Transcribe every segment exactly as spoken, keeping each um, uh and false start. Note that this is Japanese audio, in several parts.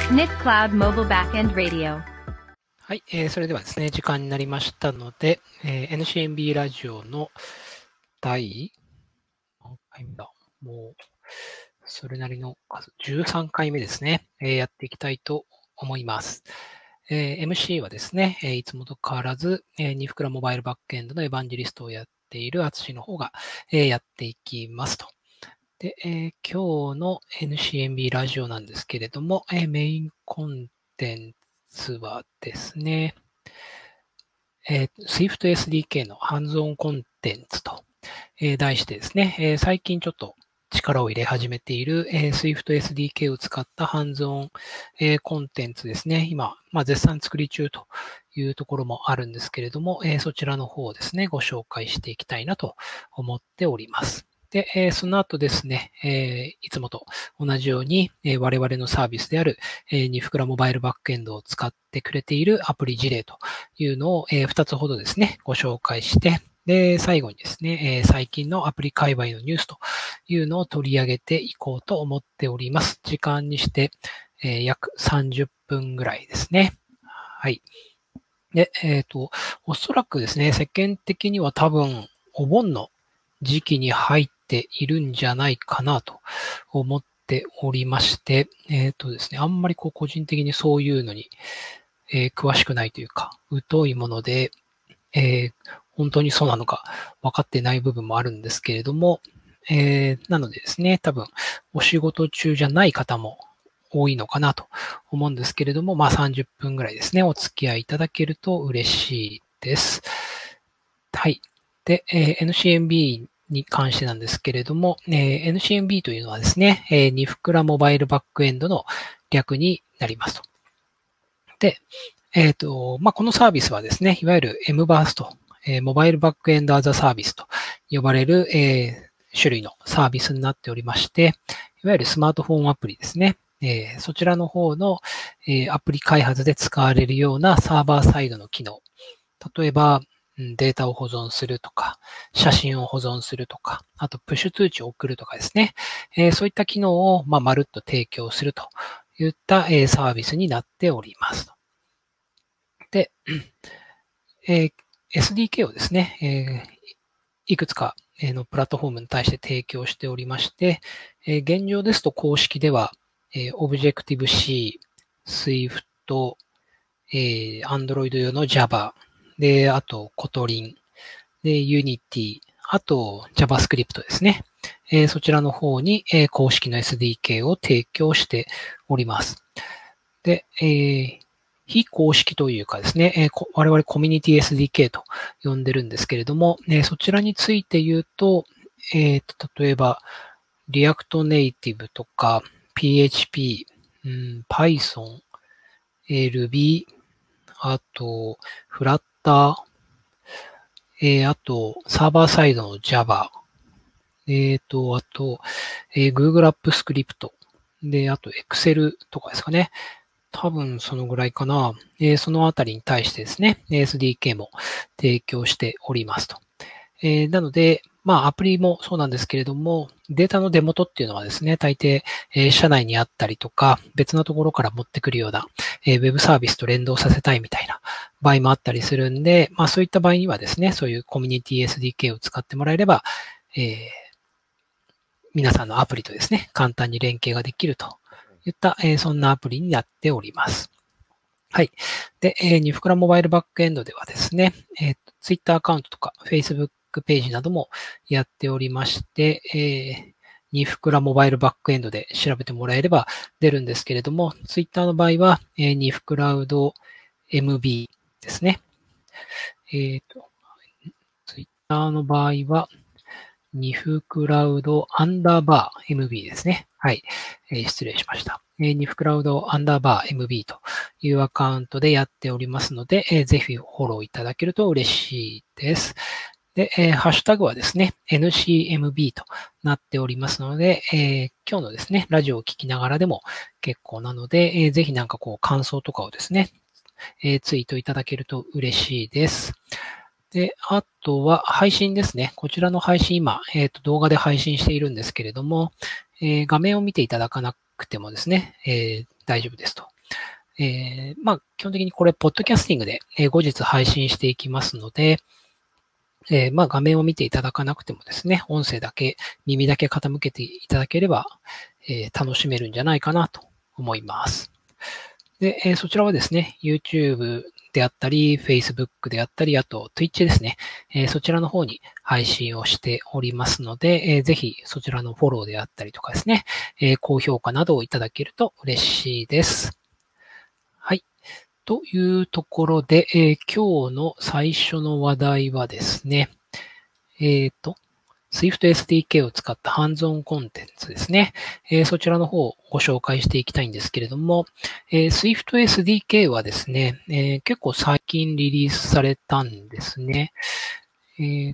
ニット Cloud Mobile Backend Radio。 はい、えー、それではですね、時間になりましたので、えー、エヌシーエムビー ラジオの第何回目だもう、それなりの数、じゅうさんかいめですね、えー、やっていきたいと思います。えー、エムシー はですね、えー、いつもと変わらず、えー、ニフクラモバイルバックエンドのエヴァンジェリストをやっているアツシの方が、えー、やっていきますと。で、えー、今日の エヌシーエムビー ラジオなんですけれども、えー、メインコンテンツはですね、えー、Swift エスディーケー のハンズオンコンテンツと、えー、題してですね、えー、最近ちょっと力を入れ始めている、えー、Swift エスディーケー を使ったハンズオン、えー、コンテンツですね。今、まあ、絶賛作り中というところもあるんですけれども、えー、そちらの方をですね、ご紹介していきたいなと思っております。で、えー、その後ですね、えー、いつもと同じように、えー、我々のサービスである、えー、ニフクラモバイルバックエンドを使ってくれているアプリ事例というのを、えー、ふたつほどですね、ご紹介して、で、最後にですね、えー、最近のアプリ界隈のニュースというのを取り上げていこうと思っております。時間にして、えー、約さんじゅっぷんぐらいですね。はい。で、えっと、おそらくですね、世間的には多分、お盆の時期に入っているんじゃないかなと思っておりまして、えっとですね、あんまりこう個人的にそういうのに、えー詳しくないというか、疎いもので、えー本当にそうなのか分かってない部分もあるんですけれども、えーなのでですね、多分お仕事中じゃない方も多いのかなと思うんですけれども、まあさんじゅっぷんぐらいですね、お付き合いいただけると嬉しいです。はい。で、えー エヌシーエムビー に関してなんですけれども、えー エヌシーエムビー というのはですね、えーニフクラモバイルバックエンドの略になりますと。で、えっ、と、まあ、このサービスはですね、いわゆる エムバース と、えー、モバイルバックエンドアザサービスと呼ばれる、えー種類のサービスになっておりまして、いわゆるスマートフォンアプリですね。えーそちらの方の、えーアプリ開発で使われるようなサーバーサイドの機能。例えば、うんデータを保存するとか、写真を保存するとか、あとプッシュ通知を送るとかですね。えーそういった機能を、まあ、まるっと提供するといった、えーサービスになっております。で、えー エスディーケー をですね、えーいくつかのプラットフォームに対して提供しておりまして、えー現状ですと公式では、えー Objective-C、Swift、えー Android 用の Java、で、あと Kotlin、で、Unity、あと JavaScript ですね。えーそちらの方に、えー公式の エスディーケー を提供しております。で、えー非公式というかですね、えーこ我々コミュニティ エスディーケー と呼んでるんですけれども、えーそちらについて言うと、えーと例えば React Native とか ピーエイチピー、うん、Python、えー Ruby、あと Flutter、えーあとサーバーサイドの Java、えーと、あと、えー Google App Script、で、あと Excel とかですかね。多分そのぐらいかな。えーそのあたりに対してですね、エスディーケー も提供しておりますと。えーなので、まあアプリもそうなんですけれども、データの出元っていうのはですね、大抵、えー社内にあったりとか、別のところから持ってくるような、えーウェブサービスと連動させたいみたいな場合もあったりするんで、まあそういった場合にはですね、そういうコミュニティ エスディーケー を使ってもらえれば、えー皆さんのアプリとですね、簡単に連携ができるといった、えーそんなアプリになっております。はい。で、えーニフクラモバイルバックエンドではですね、えー、Twitter アカウントとか Facebook ページなどもやっておりまして、えーニフクラモバイルバックエンドで調べてもらえれば出るんですけれども、Twitter の場合は、えー、ニフクラウド エムビー ですね。えっ、と、Twitter の場合は、ニフクラウドアンダーバー エムビー ですね。はい。えー失礼しました。えーニフクラウドアンダーバー エムビー というアカウントでやっておりますので、えーぜひフォローいただけると嬉しいです。で、えーハッシュタグはですね、エヌシーエムビー となっておりますので、えー今日のですね、ラジオを聞きながらでも結構なので、えーぜひなんかこう感想とかをですね、えーツイートいただけると嬉しいです。で、あとは配信ですね。こちらの配信今、えっと、動画で配信しているんですけれども、えー画面を見ていただかなくてもですね、えー大丈夫ですと。 えー、まあ、基本的にこれ、ポッドキャスティングで、えー後日配信していきますので、えーまあ、画面を見ていただかなくてもですね、音声だけ、耳だけ傾けていただければ、えー楽しめるんじゃないかなと思います。で、えーそちらはですね、YouTube であったり、Facebook であったり、あと Twitch ですね、えーそちらの方に配信をしておりますので、えーぜひそちらのフォローであったりとかですね、えー高評価などをいただけると嬉しいです。はい。というところで、えー今日の最初の話題はですね、えっ、と、Swift エスディーケー を使ったハンズオンコンテンツですね。えーそちらの方をご紹介していきたいんですけれども、えー Swift エスディーケー はですね、えー結構最近リリースされたんですね。えー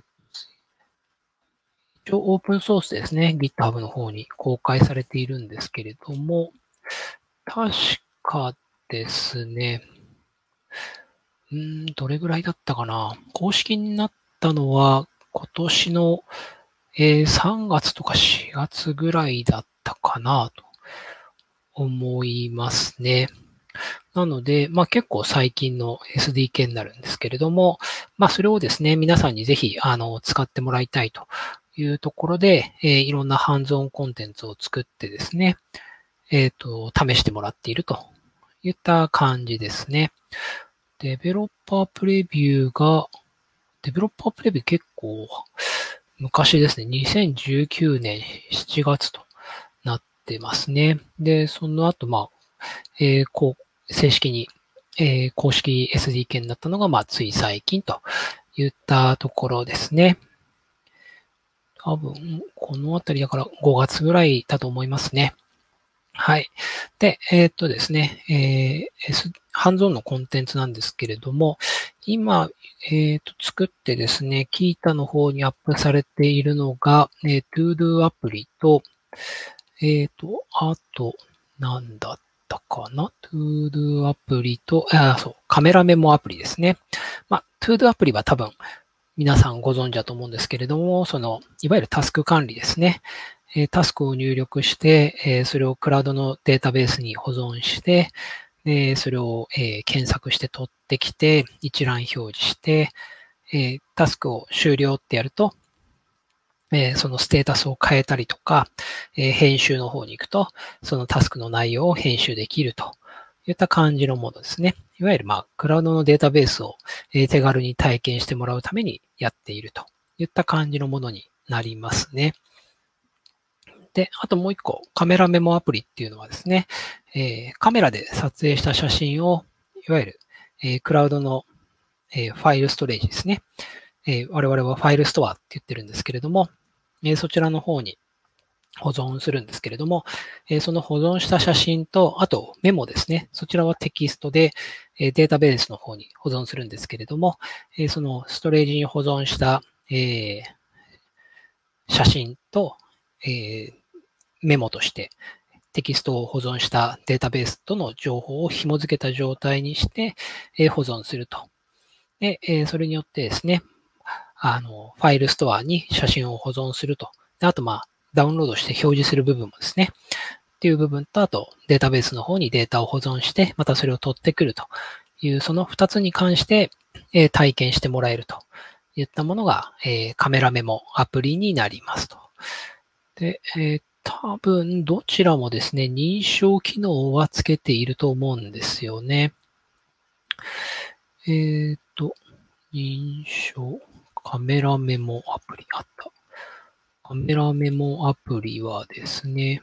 一応オープンソースですね、GitHub の方に公開されているんですけれども、確かですね、うーん、どれぐらいだったかな。公式になったのは今年の、えーさんがつとかしがつぐらいだったかなと思いますね。なので、まあ結構最近の エスディーケー になるんですけれども、まあそれをですね、皆さんにぜひ、あの、使ってもらいたいというところで、えーいろんなハンズオンコンテンツを作ってですね、えっと、試してもらっているといった感じですね。デベロッパープレビューが、デベロッパープレビュー結構昔ですね、にせんじゅうきゅうねんしちがつとなってますね。で、その後、まあ、えーこう、正式に、えー公式 エスディーケー になったのが、まあ、つい最近といったところですね。多分、このあたりだからごがつぐらいだと思いますね。はい。で、えーっとですね、えー S、ハンズオンのコンテンツなんですけれども、今、えーっと、作ってですね、キータの方にアップされているのが、えー、ToDo アプリと、えーっと、あと、なんだったかな ?ToDo アプリと、あ、そう、カメラメモアプリですね。まあ、ToDo アプリは多分、皆さんご存知だと思うんですけれども、その、いわゆるタスク管理ですね。えータスクを入力して、えーそれをクラウドのデータベースに保存して、でそれを、えー検索して取ってきて、一覧表示して、えータスクを終了ってやると、えーそのステータスを変えたりとか、えー編集の方に行くと、そのタスクの内容を編集できるといった感じのものですね。いわゆる、まあ、クラウドのデータベースをえー手軽に体験してもらうためにやっているといった感じのものになりますね。で、あともう一個、カメラメモアプリっていうのはですね、えーカメラで撮影した写真を、いわゆる、えークラウドの、えーファイルストレージですね。えー我々はファイルストアって言ってるんですけれども、えーそちらの方に保存するんですけれども、えーその保存した写真と、あとメモですね。そちらはテキストで、えーデータベースの方に保存するんですけれども、えーそのストレージに保存した、えー写真と、えーメモとしてテキストを保存したデータベースとの情報を紐付けた状態にして、えー保存すると。で、えーそれによってですね、あの、ファイルストアに写真を保存すると。であと、まあ、ダウンロードして表示する部分もですね、っていう部分と、あと、データベースの方にデータを保存して、またそれを取ってくるという、その二つに関して、えー体験してもらえるといったものが、えーカメラメモアプリになりますと。で、えー多分、どちらもですね、認証機能はつけていると思うんですよね。えーと、認証、カメラメモアプリあった。カメラメモアプリはですね、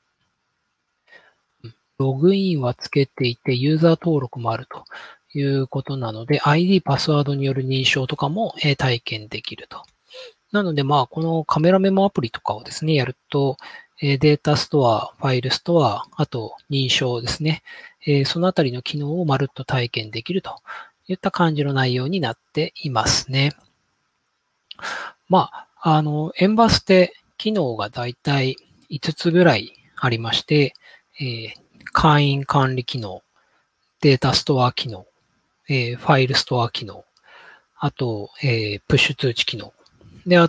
ログインはつけていて、ユーザー登録もあるということなので、アイディー、パスワードによる認証とかもえー体験できると。なので、まあ、このカメラメモアプリとかをですね、やると、えーデータストア、ファイルストア、あと認証ですね。えーそのあたりの機能をまるっと体験できるといった感じの内容になっていますね。まあ、あの、エンバスって機能がだいたいいつつぐらいありまして、えー会員管理機能、データストア機能、えーファイルストア機能、あと、えープッシュ通知機能。で、あと、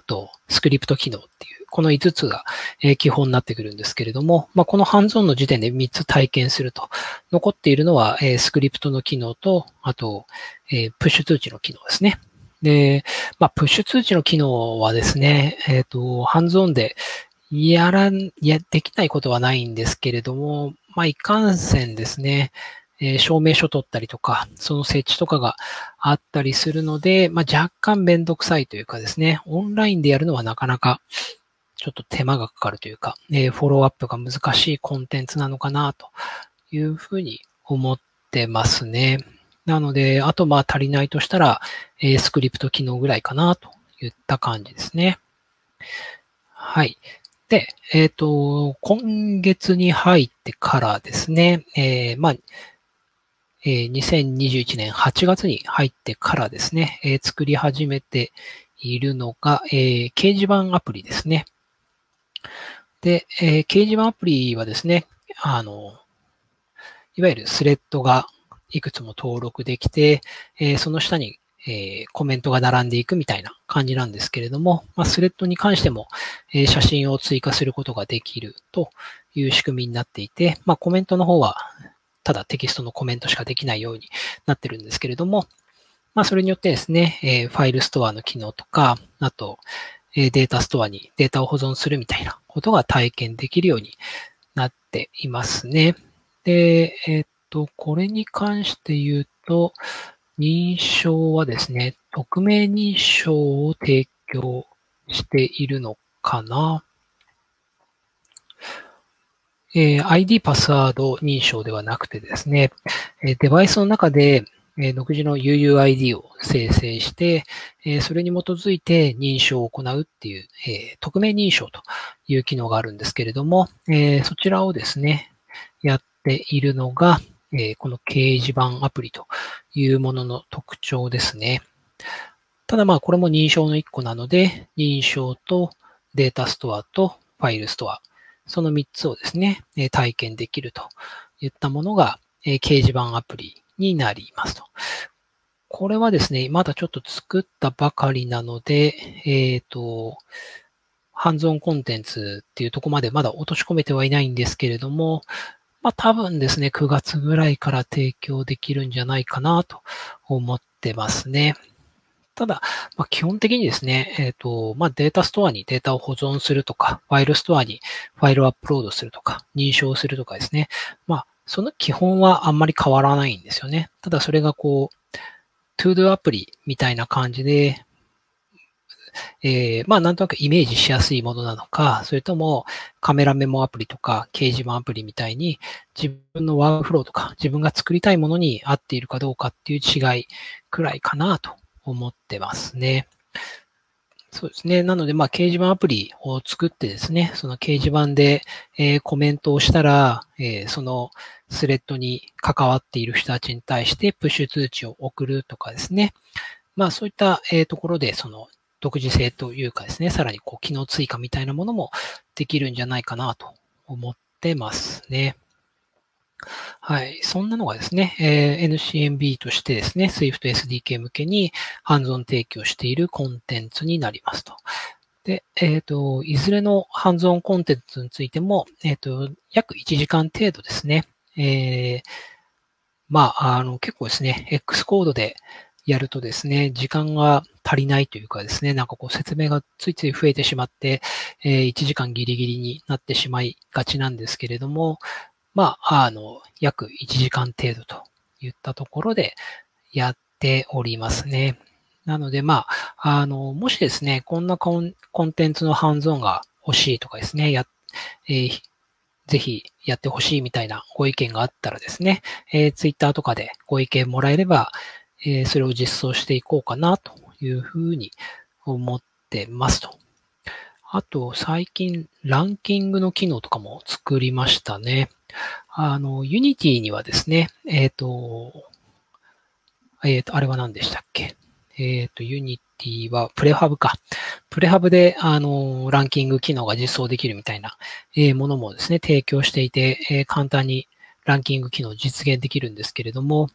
スクリプト機能っていう、このいつつが、えー基本になってくるんですけれども、まあ、このハンズオンの時点でみっつ体験すると。残っているのは、えースクリプトの機能と、あと、えープッシュ通知の機能ですね。で、まあ、プッシュ通知の機能はですね、えっと、ハンズオンでやらん、や、できないことはないんですけれども、まあ、いかんせんですね、えー証明書取ったりとか、その設置とかがあったりするので、まあ、若干めんどくさいというかですね、オンラインでやるのはなかなかちょっと手間がかかるというか、えーフォローアップが難しいコンテンツなのかなというふうに思ってますね。なので、あとまあ足りないとしたら、えースクリプト機能ぐらいかなといった感じですね。はい。で、えっと、今月に入ってからですね、えーまあ、えーにせんにじゅういちねんはちがつに入ってからですね、えー作り始めているのが、えー掲示板アプリですね。で、えー掲示板アプリはですね、あの、いわゆるスレッドがいくつも登録できて、えーその下に、えーコメントが並んでいくみたいな感じなんですけれども、まあ、スレッドに関しても、えー写真を追加することができるという仕組みになっていて、まあ、コメントの方はただテキストのコメントしかできないようになってるんですけれども、まあ、それによってですね、えーファイルストアの機能とか、あと、えーデータストアにデータを保存するみたいなことが体験できるようになっていますね。で、えーっと、これに関して言うと、認証はですね、匿名認証を提供しているのかな。えー アイディー パスワード認証ではなくてですね、えーデバイスの中で、えー独自の ユーユーアイディー を生成して、えーそれに基づいて認証を行うっていう、えー匿名認証という機能があるんですけれども、えーそちらをですね、やっているのが、えーこの掲示板アプリというものの特徴ですね。ただまあこれも認証の一個なので、認証とデータストアとファイルストア、そのみっつをですね、えー体験できるといったものが、えー掲示板アプリになりますと。これはですね、まだちょっと作ったばかりなので、えっと、ハンズオンコンテンツっていうところまでまだ落とし込めてはいないんですけれども、まあ多分ですね、くがつぐらいから提供できるんじゃないかなと思ってますね。ただ、まあ、基本的にですね、えっと、まあ、データストアにデータを保存するとか、ファイルストアにファイルをアップロードするとか、認証するとかですね。まあ、その基本はあんまり変わらないんですよね。ただそれがこう、ToDo アプリみたいな感じで、えー、まあ、なんとなくイメージしやすいものなのか、それともカメラメモアプリとか掲示板アプリみたいに自分のワークフローとか自分が作りたいものに合っているかどうかっていう違いくらいかなと思ってますね。そうですね。なので、まあ、掲示板アプリを作ってですね、その掲示板で、えーコメントをしたら、えーそのスレッドに関わっている人たちに対してプッシュ通知を送るとかですね。まあ、そういった、えーところで、その独自性というかですね、さらにこう機能追加みたいなものもできるんじゃないかなと思ってますね。はい。そんなのがですね、えー エヌシーエムビー としてですね、Swift エスディーケー 向けにハンズオン提供しているコンテンツになりますと。で、えっと、いずれのハンズオンコンテンツについても、えっと、約いちじかん程度ですね。えーまあ、あの、結構ですね、X コードでやるとですね、時間が足りないというかですね、なんかこう説明がついつい増えてしまって、えーいちじかんギリギリになってしまいがちなんですけれども、まあ、あの、約いちじかん程度といったところでやっておりますね。なので、まあ、あの、もしですね、こんなコンコンテンツのハンズオンが欲しいとかですね、や、えーぜひやってほしいみたいなご意見があったらですね、えー、ツイッターとかでご意見もらえれば、えーそれを実装していこうかなというふうに思ってますと。あと、最近、ランキングの機能とかも作りましたね。あの、Unity にはですね、えっと、えっと、あれは何でしたっけ？えっと、Unity はプレハブか。プレハブで、あの、ランキング機能が実装できるみたいな、えーものもですね、提供していて、えー簡単にランキング機能を実現できるんですけれども、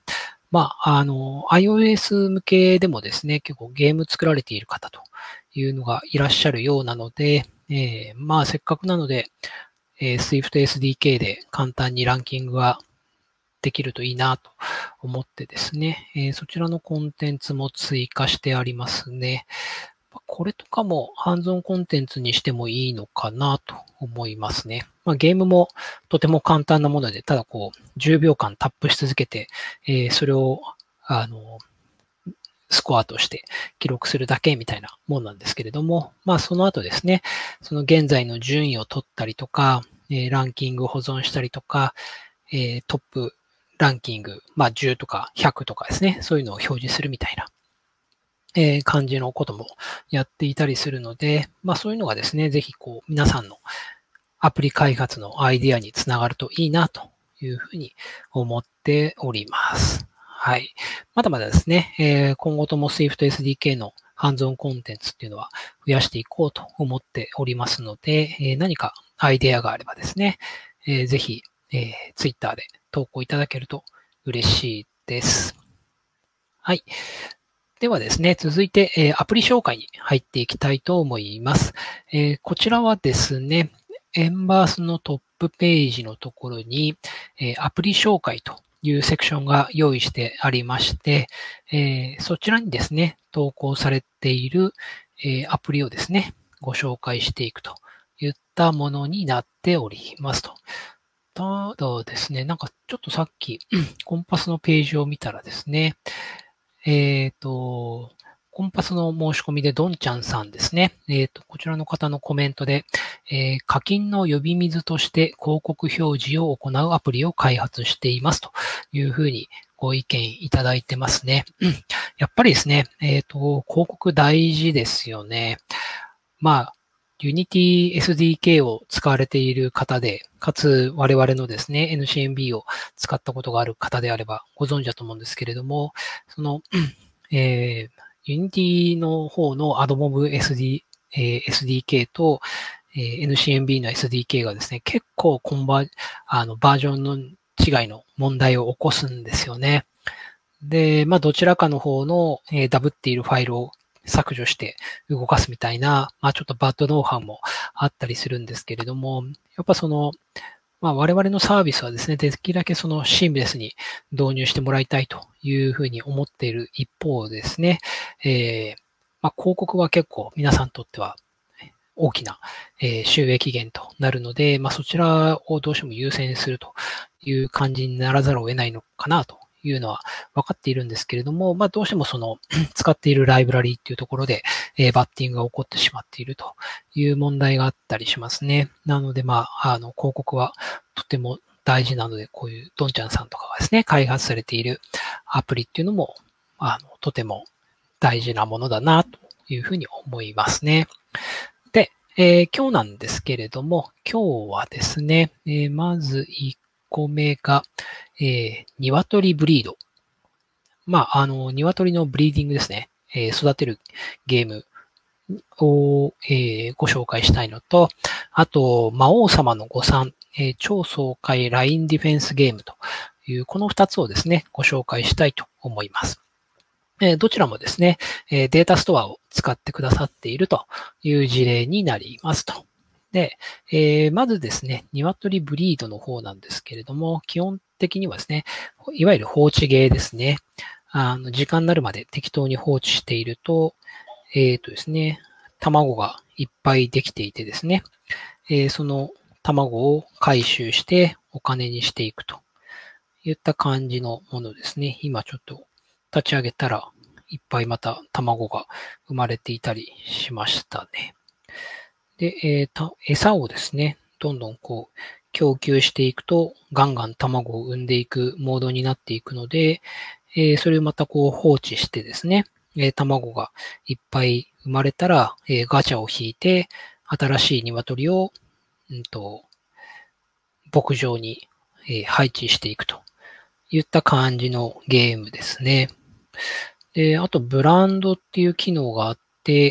まあ、あの、iOS 向けでもですね、結構ゲーム作られている方というのがいらっしゃるようなので、えー、まあ、せっかくなので、えー、Swift エスディーケー で簡単にランキングができるといいなと思ってですね、えー、そちらのコンテンツも追加してありますね。これとかもハンズオンコンテンツにしてもいいのかなと思いますね。まあ、ゲームもとても簡単なもので、ただこうじゅうびょうかんタップし続けて、えー、それをあのスコアとして記録するだけみたいなもんなんですけれども、まあその後ですね、その現在の順位を取ったりとか、えー、ランキングを保存したりとか、えー、トップランキング、まあじゅうとかひゃくとかですね、そういうのを表示するみたいな、えー、感じのこともやっていたりするので、まあそういうのがですね、ぜひこう皆さんのアプリ開発のアイディアにつながるといいなというふうに思っております。はい。まだまだですね、えー、今後とも Swift エスディーケー のハンズオンコンテンツっていうのは増やしていこうと思っておりますので、えー、何かアイデアがあればですね、えー、ぜひ、えー、Twitter で投稿いただけると嬉しいです。はい。ではですね、続いて、えー、アプリ紹介に入っていきたいと思います。えー、こちらはですね、エンバースのトップページのところに、えー、アプリ紹介というセクションが用意してありまして、えー、そちらにですね、投稿されている、えー、アプリをですね、ご紹介していくといったものになっておりますと。ただですね、なんかちょっとさっきコンパスのページを見たらですね、えっと、コンパスの申し込みでドンちゃんさんですね。えっと、こちらの方のコメントで、えー課金の呼び水として広告表示を行うアプリを開発していますというふうにご意見いただいてますね。うんやっぱりですね、えっと、広告大事ですよね。まあ、Unity エスディーケー を使われている方で、かつ我々のですね、エヌシーエムビー を使ったことがある方であればご存知だと思うんですけれども、その、えー、Unity の方の AdMob エスディー、えー エスディーケー と、えー エヌシーエムビー の エスディーケー がですね、結構コンバあのバージョンの違いの問題を起こすんですよね。で、まあ、どちらかの方の、えーダブっているファイルを削除して動かすみたいな、まあ、ちょっとバッドノウハウもあったりするんですけれども、やっぱその、まあ、我々のサービスはですね、できるだけそのシームレスに導入してもらいたいというふうに思っている一方ですね、えーまあ、広告は結構皆さんにとっては大きな、えー収益源となるので、まあ、そちらをどうしても優先するという感じにならざるを得ないのかなというのは分かっているんですけれども、まあ、どうしてもその使っているライブラリーっていうところで、えーバッティングが起こってしまっているという問題があったりしますね。なので、まあ、あの、広告はとても大事なので、こういうドンちゃんさんとかがですね、開発されているアプリっていうのも、あの、とても大事なものだなというふうに思いますね。で、えー今日なんですけれども、今日はですね、えーまずいっこめが、えー、鶏ブリード。まあ、あの、鶏のブリーディングですね。えー育てるゲームを、えーご紹介したいのと、あと、魔王様の誤算、えー超爽快ラインディフェンスゲームという、このふたつをですね、ご紹介したいと思います。えーどちらもですね、えーデータストアを使ってくださっているという事例になりますと。で、えーまずですね、鶏ブリードの方なんですけれども、基本的にはですね、いわゆる放置ゲーですね。あの時間になるまで適当に放置していると、えっとですね、卵がいっぱいできていてですね、えーその卵を回収してお金にしていくといった感じのものですね。今ちょっと立ち上げたらいっぱいまた卵が生まれていたりしましたね。で、えーた餌をですね、どんどんこう供給していくとガンガン卵を産んでいくモードになっていくので、えーそれをまたこう放置してですね、えー卵がいっぱい生まれたら、えーガチャを引いて新しい鶏を、うんと、牧場に、えー配置していくといった感じのゲームですね。で、あと、ブランドっていう機能があって、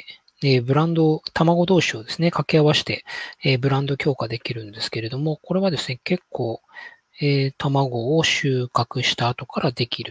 えーブランド、卵同士をですね、掛け合わせて、えーブランド強化できるんですけれども、これはですね、結構、えー卵を収穫した後からできると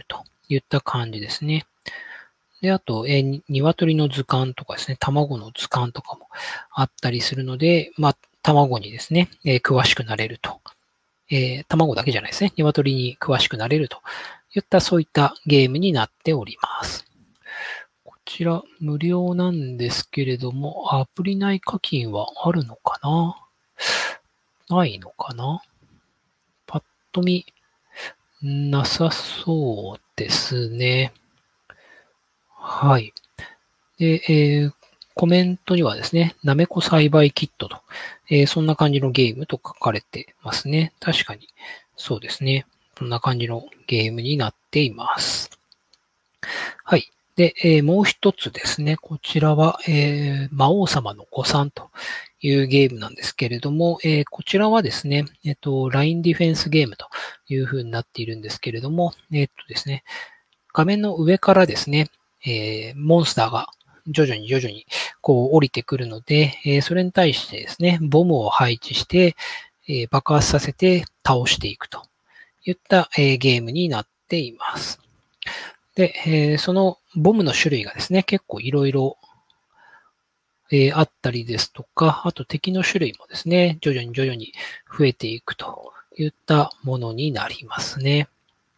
いった感じですね。で、あと、えー、鶏の図鑑とかですね、卵の図鑑とかもあったりするので、まあ、卵にですね、えー、詳しくなれると。えー、卵だけじゃないですね。鶏に詳しくなれるといったそういったゲームになっております。こちら無料なんですけれども、アプリ内課金はあるのかな？ないのかな？パッと見、なさそうですね。はい。で、えーコメントにはですね、なめこ栽培キットと、えーそんな感じのゲームと書かれてますね。確かに、そうですね。こんな感じのゲームになっています。はい。で、えーもう一つですね。こちらは、えー魔王様の誤算というゲームなんですけれども、えーこちらはですね、えっ、と、ラインディフェンスゲームという風になっているんですけれども、えっ、とですね、画面の上からですね、えーモンスターが徐々に徐々にこう降りてくるので、えーそれに対してですね、ボムを配置して、えー爆発させて倒していくといった、えーゲームになっています。で、えーそのボムの種類がですね、結構いろいろあったりですとか、あと敵の種類もですね、徐々に徐々に増えていくといったものになりますね。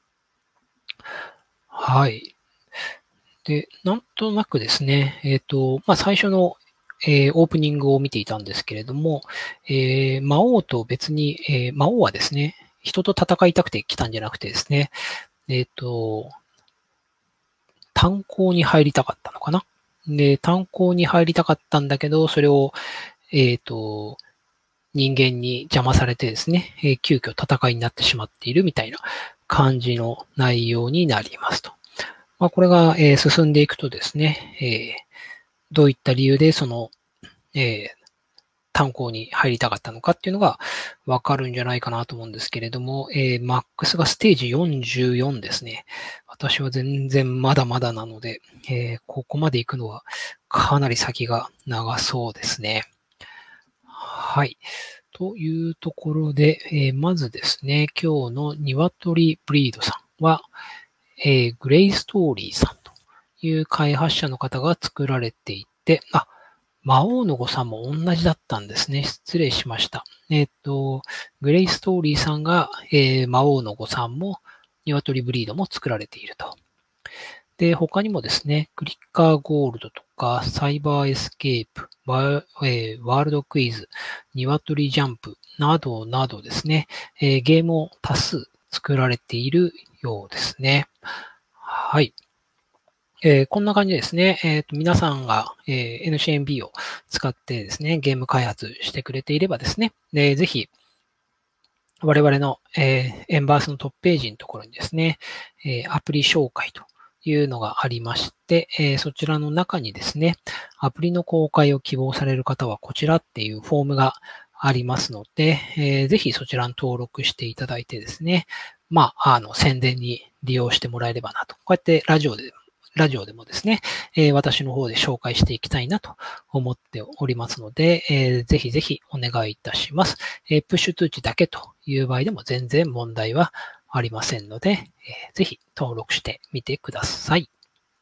はい。で、なんとなくですね、えっ、と、まあ、最初の、えーオープニングを見ていたんですけれども、えー魔王と別に、えー魔王はですね、人と戦いたくて来たんじゃなくてですね、えっ、と、炭鉱に入りたかったのかな。で、炭鉱に入りたかったんだけど、それを、えっ、と、人間に邪魔されてですね、えー急遽戦いになってしまっているみたいな感じの内容になりますと。まあ、これが、えー進んでいくとですね、えーどういった理由でその、えー炭鉱に入りたかったのかっていうのがわかるんじゃないかなと思うんですけれども、えーマックスがステージよんじゅうよんですね。私は全然まだまだなので、えーここまで行くのはかなり先が長そうですね。はい。というところで、えーまずですね、今日の鶏ブリードさんは、えーグレイストーリーさんという開発者の方が作られていて、あ、魔王の誤差も同じだったんですね。失礼しました。えっ、と、グレイストーリーさんが、えー魔王の誤差も、鶏ブリードも作られていると。で、他にもですね、クリッカーゴールドとか、サイバーエスケープ、ワ,、えーワールドクイズ、鶏ジャンプなどなどですね、えーゲームを多数作られているようですね。はい。えーこんな感じですね。えーと皆さんが、えー エヌシーエムビー を使ってですね、ゲーム開発してくれていればですね、でぜひ、我々の、えーエンバースのトップページのところにですね、えーアプリ紹介というのがありまして、えーそちらの中にですね、アプリの公開を希望される方はこちらっていうフォームがありますので、えーぜひそちらに登録していただいてですね、まあ、あの、宣伝に利用してもらえればなと。こうやってラジオでラジオでもですね、えー私の方で紹介していきたいなと思っておりますので、えーぜひぜひお願いいたします。えープッシュ通知だけという場合でも全然問題はありませんので、えーぜひ登録してみてください。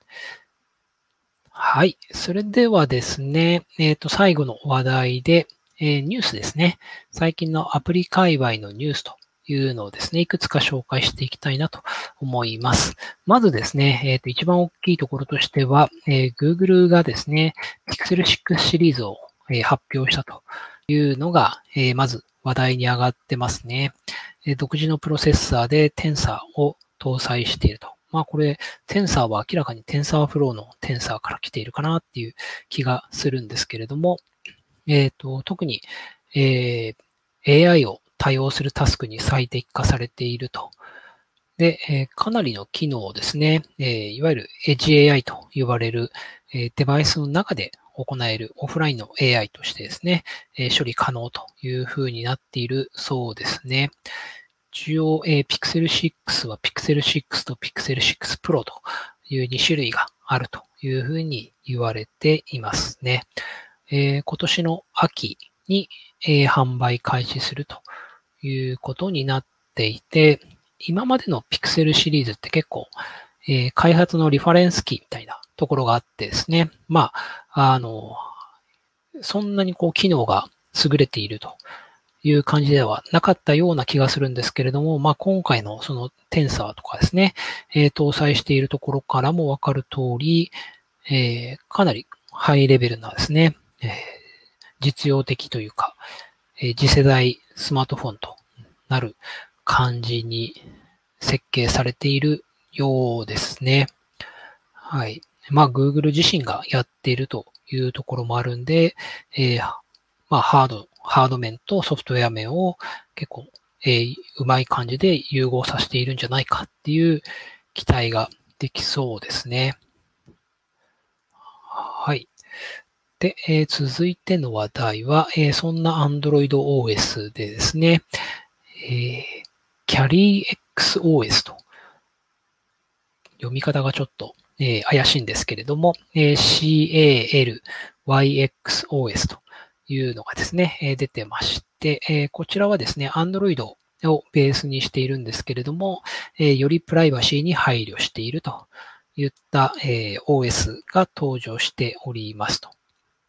はい。それではですね、えっと、最後の話題で、えーニュースですね。最近のアプリ界隈のニュースというのをですね、いくつか紹介していきたいなと思います。まずですね、えっと、一番大きいところとしては、えー Google がですね、Pixel シックスシリーズを、えー発表したというのが、えーまず話題に上がってますね。えー独自のプロセッサーで Tensor を搭載していると。まあこれ、テンサーは明らかにテンサーフローのテンサーから来ているかなっていう気がするんですけれども、えっと、特に、えー エーアイ を多用するタスクに最適化されていると。で、えーかなりの機能をですね、えーいわゆる エッジ エーアイ と呼ばれる、えーデバイスの中で行えるオフラインの エーアイ としてですね、えー処理可能という風になっているそうですね。一応、えー、Pixel シックスは Pixel シックスと Pixel シックス Pro というに種類があるというふうに言われていますね。えー今年の秋に、えー販売開始するということになっていて、今までの Pixel シリーズって結構、 えー、開発のリファレンスキーみたいなところがあってですね、まあ、あの、そんなにこう機能が優れているという感じではなかったような気がするんですけれども、まあ、今回のそのテンサーとかですね、えー、搭載しているところからもわかる通り、えー、かなりハイレベルなですね、えー、実用的というか、えー、次世代スマートフォンとなる感じに設計されているようですね。はい。まあ、Google 自身がやっているというところもあるんで、えー、まあ、ハード、ハード面とソフトウェア面を結構、えー、うまい感じで融合させているんじゃないかっていう期待ができそうですね。はい。で、えー、続いての話題は、えー、そんな Android オーエス でですね、えー、CarryXOS と読み方がちょっと、えー、怪しいんですけれども、えー、シーエーエルワイエックスオーエス というのがですね、えー、出てまして、えー、こちらはですね、Android をベースにしているんですけれども、えー、よりプライバシーに配慮しているといった、えー、オーエス が登場しておりますと。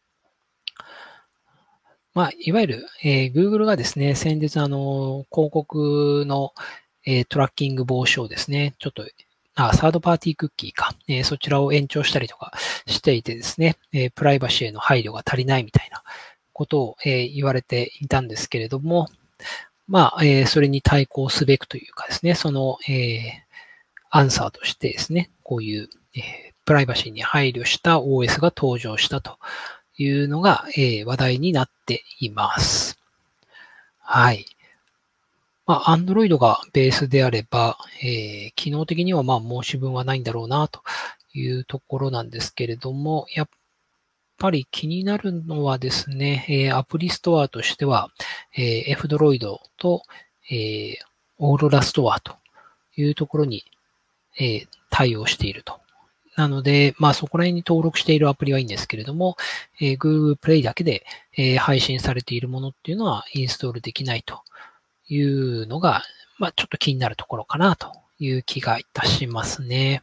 まあ、いわゆる、えー、Google がですね、先日あの、広告の、えー、トラッキング防止をですね、ちょっと、あ、サードパーティークッキーか、えー、そちらを延長したりとかしていてですね、えー、プライバシーへの配慮が足りないみたいなことを、えー、言われていたんですけれども、まあ、えー、それに対抗すべくというかですね、その、えー、アンサーとしてですね、こういう、えー、プライバシーに配慮した オーエス が登場したというのが、えー、話題になっています。はい。まあ、Android がベースであれば、えー、機能的にはまあ申し分はないんだろうなというところなんですけれども、やっぱり気になるのはですね、えー、アプリストアとしては、えー、F-Droid と、えー、Aurora Store というところに、えー、対応していると。なので、まあそこら辺に登録しているアプリはいいんですけれども、えー、Google Play だけで、えー、配信されているものっていうのはインストールできないというのが、まあちょっと気になるところかなという気がいたしますね。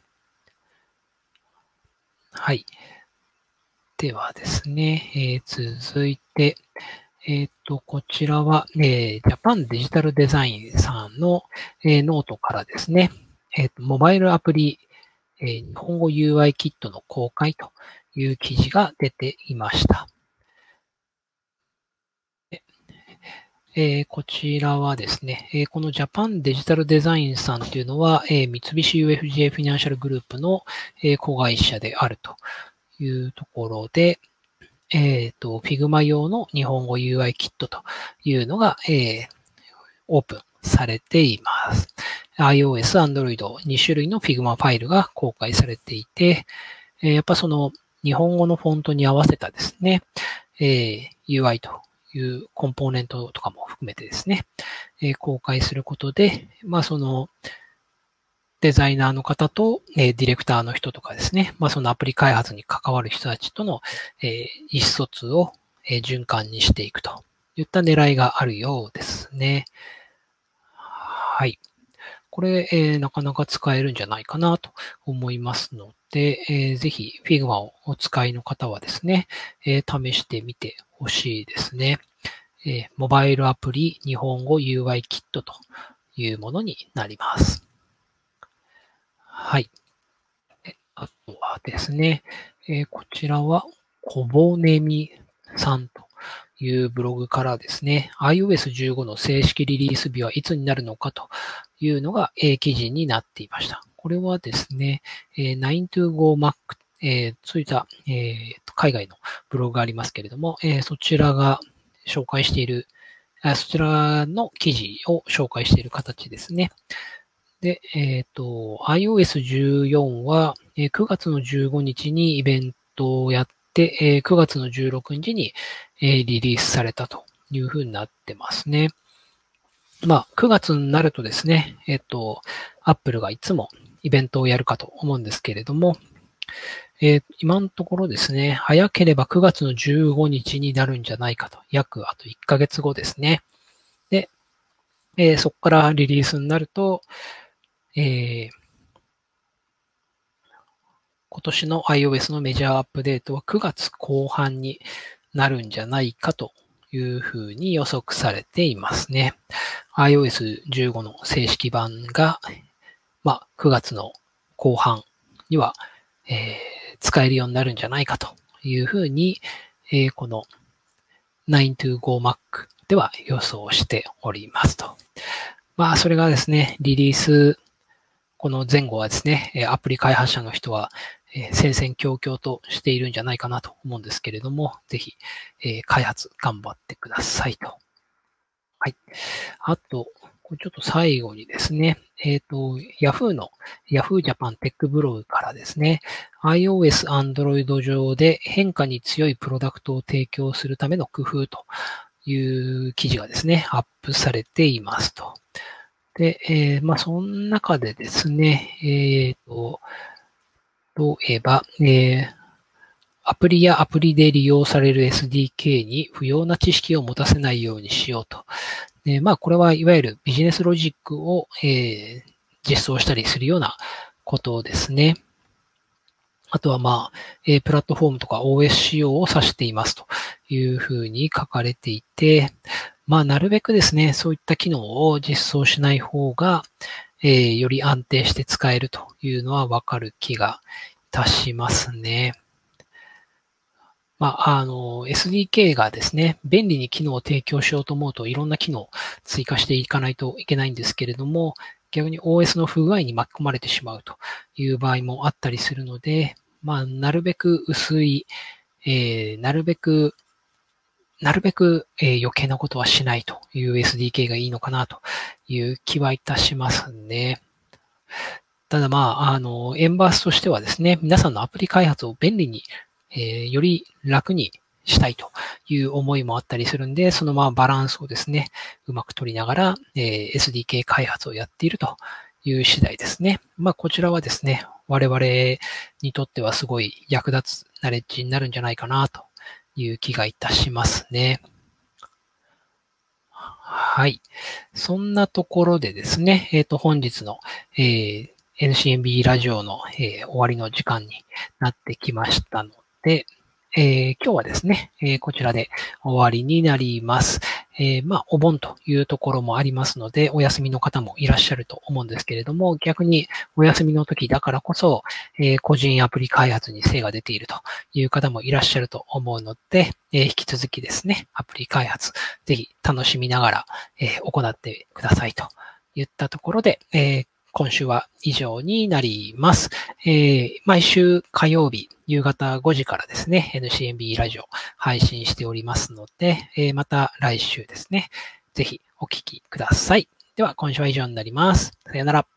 はい。ではですね、えー、続いて、えっ、ー、と、こちらは、えー、ジャパンデジタルデザインさんの、えー、ノートからですね、えーと、モバイルアプリ、えー、日本語 ユーアイ キットの公開という記事が出ていました。えー、こちらはですね、えー、このジャパンデジタルデザインさんというのは、えー、三菱 ユーエフジェー フィナンシャルグループの、えー、子会社であるというところで、えっ、ー、と、Figma 用の日本語 ユーアイ キットというのが、えー、オープンされています。iOS、Android に種類の Figma ファイルが公開されていて、えー、やっぱその日本語のフォントに合わせたですね、えー、ユーアイ というコンポーネントとかも含めてですね、えー、公開することで、まあそのデザイナーの方と、えー、ディレクターの人とかですね、まあそのアプリ開発に関わる人たちとの、えー、意思疎通を、えー、循環にしていくといった狙いがあるようですね。はい。これ、えー、なかなか使えるんじゃないかなと思いますので、えー、ぜひ Figma をお使いの方はですね、えー、試してみてほしいですね。えー、モバイルアプリ日本語 ユーアイ キットというものになります。はい。あとはですね、えー、こちらは、こぼねみさんというブログからですね、アイオーエスじゅうご の正式リリース日はいつになるのかというのが、えー、記事になっていました。これはですね、えー、ナインツーゴーマック、えー、そういった、えー、海外のブログがありますけれども、えー、そちらが紹介している、そちらの記事を紹介している形ですね。で、えっ、ー、と、アイオーエスじゅうよん は、えー、くがつのじゅうごにちにイベントをやって、えー、くがつのじゅうろくにちに、えー、リリースされたというふうになってますね。まあ、くがつになるとですね、えっ、ー、と、Apple がいつもイベントをやるかと思うんですけれども、えー、今のところですね、早ければくがつのじゅうごにちになるんじゃないかと、約あといっかげつごですね。で、えー、そこからリリースになると、えー、 今年の iOS のメジャーアップデートはくがつこう半になるんじゃないかというふうに予測されていますね。アイオーエスじゅうご の正式版が、まあ、くがつの後半には、えー、使えるようになるんじゃないかというふうに、えー、この ナイントゥーゴーマック では予想しておりますと。まあ、それがですね、リリース、この前後はですね、アプリ開発者の人は戦々恐々としているんじゃないかなと思うんですけれども、ぜひ、開発頑張ってくださいと。はい。あと、これちょっと最後にですね、えっと、Yahoo の Yahoo Japan Tech ブログからですね、iOS、Android 上で変化に強いプロダクトを提供するための工夫という記事がですね、アップされていますと。で、えー、まあ、その中でですね、えっと、例えば、えー、アプリやアプリで利用される エスディーケー に不要な知識を持たせないようにしようと。で、まあ、これはいわゆるビジネスロジックを、えー、実装したりするようなことですね。あとは、まあ、えー、プラットフォームとか オーエス 仕様を指していますというふうに書かれていて、まあ、なるべくですね、そういった機能を実装しない方が、えー、より安定して使えるというのはわかる気がいたしますね。まあ、あの、エスディーケー がですね、便利に機能を提供しようと思うといろんな機能を追加していかないといけないんですけれども、逆に オーエス の不具合に巻き込まれてしまうという場合もあったりするので、まあ、なるべく薄い、えー、なるべく、なるべく、えー、余計なことはしないという エスディーケー がいいのかなという気はいたしますね。ただまあ、あの、エンバースとしてはですね、皆さんのアプリ開発を便利に、えー、より楽にしたいという思いもあったりするんで、そのままバランスをですね、うまく取りながら、えー、エスディーケー 開発をやっているという次第ですね。まあ、こちらはですね、我々にとってはすごい役立つナレッジになるんじゃないかなという気がいたしますね。はい。そんなところでですね、えっと、本日の、えー、エヌシーエムビー ラジオの、えー、終わりの時間になってきましたので、えー、今日はですね、えー、こちらで終わりになります。えー、まあ、お盆というところもありますので、お休みの方もいらっしゃると思うんですけれども、逆にお休みの時だからこそ、えー、個人アプリ開発に精が出ているという方もいらっしゃると思うので、えー、引き続きですね、アプリ開発、ぜひ楽しみながら、えー、行ってくださいといったところで、えー今週は以上になります。えー、毎週火曜日夕方ごじからですね、エヌシーエムビー ラジオ配信しておりますので、えー、また来週ですね、ぜひお聞きください。では今週は以上になります。さよなら。